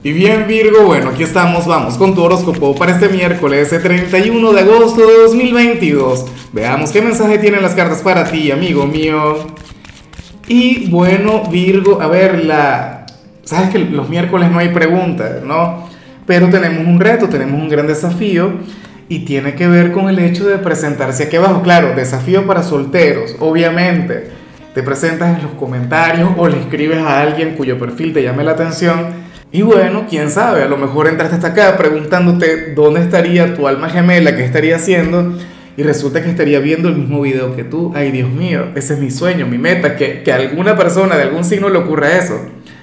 Y bien Virgo, bueno, aquí estamos, vamos con tu horóscopo para este miércoles 31 de agosto de 2022. Veamos qué mensaje tienen las cartas para ti, amigo mío. Y bueno, Virgo, a ver, sabes que los miércoles no hay preguntas, ¿no? Pero tenemos un reto, tenemos un gran desafío y tiene que ver con el hecho de presentarse aquí abajo. Claro, desafío para solteros, obviamente. Te presentas en los comentarios o le escribes a alguien cuyo perfil te llame la atención. Y bueno, quién sabe, a lo mejor entraste hasta acá preguntándote dónde estaría tu alma gemela, qué estaría haciendo, y resulta que estaría viendo el mismo video que tú. Ay, Dios mío, ese es mi sueño, mi meta, que a alguna persona de algún signo le ocurra eso.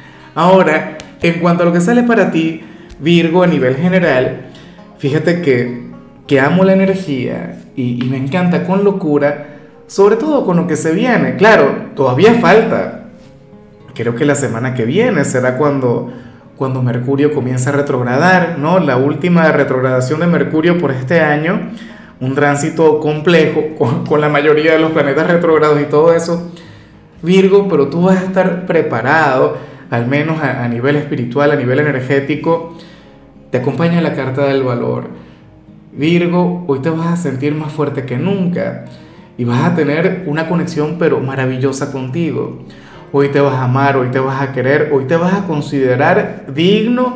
Ahora, en cuanto a lo que sale para ti, Virgo, a nivel general, fíjate que amo la energía y me encanta con locura, sobre todo con lo que se viene. Claro, todavía falta. Creo que la semana que viene será cuando Mercurio comienza a retrogradar, ¿no? La última retrogradación de Mercurio por este año, un tránsito complejo con la mayoría de los planetas retrógrados y todo eso, Virgo, pero tú vas a estar preparado, al menos a nivel espiritual, a nivel energético. Te acompaña la carta del valor. Virgo, hoy te vas a sentir más fuerte que nunca y vas a tener una conexión pero maravillosa contigo. Hoy te vas a amar, hoy te vas a querer, hoy te vas a considerar digno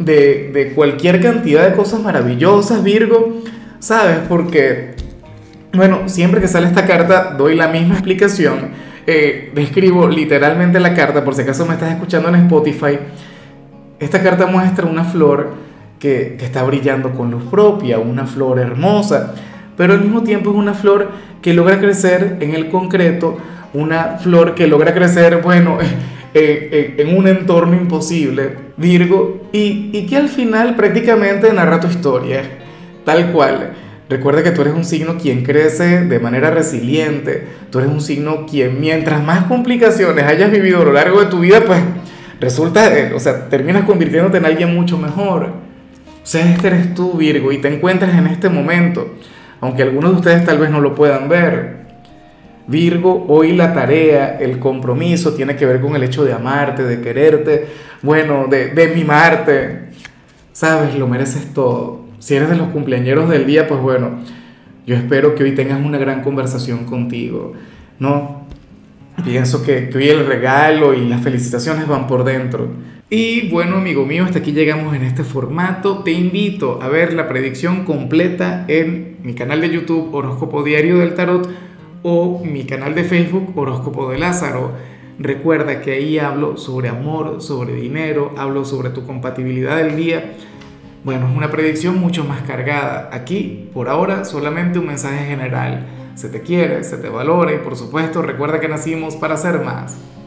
de cualquier cantidad de cosas maravillosas, Virgo, ¿sabes? Porque, bueno, siempre que sale esta carta doy la misma explicación, describo literalmente la carta, por si acaso me estás escuchando en Spotify. Esta carta muestra una flor que está brillando con luz propia, una flor hermosa, pero al mismo tiempo es una flor que logra crecer en el concreto, una flor que logra crecer, bueno, en un entorno imposible, Virgo, y que al final prácticamente narra tu historia, tal cual. Recuerda que tú eres un signo quien crece de manera resiliente, tú eres un signo quien mientras más complicaciones hayas vivido a lo largo de tu vida, pues resulta, o sea, terminas convirtiéndote en alguien mucho mejor. O sea, este eres tú, Virgo, y te encuentras en este momento, aunque algunos de ustedes tal vez no lo puedan ver. Virgo, hoy la tarea, el compromiso tiene que ver con el hecho de amarte, de quererte, bueno, de mimarte. Sabes, lo mereces todo. Si eres de los cumpleañeros del día, pues bueno, yo espero que hoy tengas una gran conversación contigo, ¿no? Pienso que hoy el regalo y las felicitaciones van por dentro. Y bueno, amigo mío, hasta aquí llegamos en este formato. Te invito a ver la predicción completa en mi canal de YouTube Horóscopo Diario del Tarot o mi canal de Facebook Horóscopo de Lázaro. Recuerda que ahí hablo sobre amor, sobre dinero, hablo sobre tu compatibilidad del día. Bueno, es una predicción mucho más cargada. Aquí, por ahora, solamente un mensaje general. Se te quiere, se te valora y por supuesto recuerda que nacimos para ser más.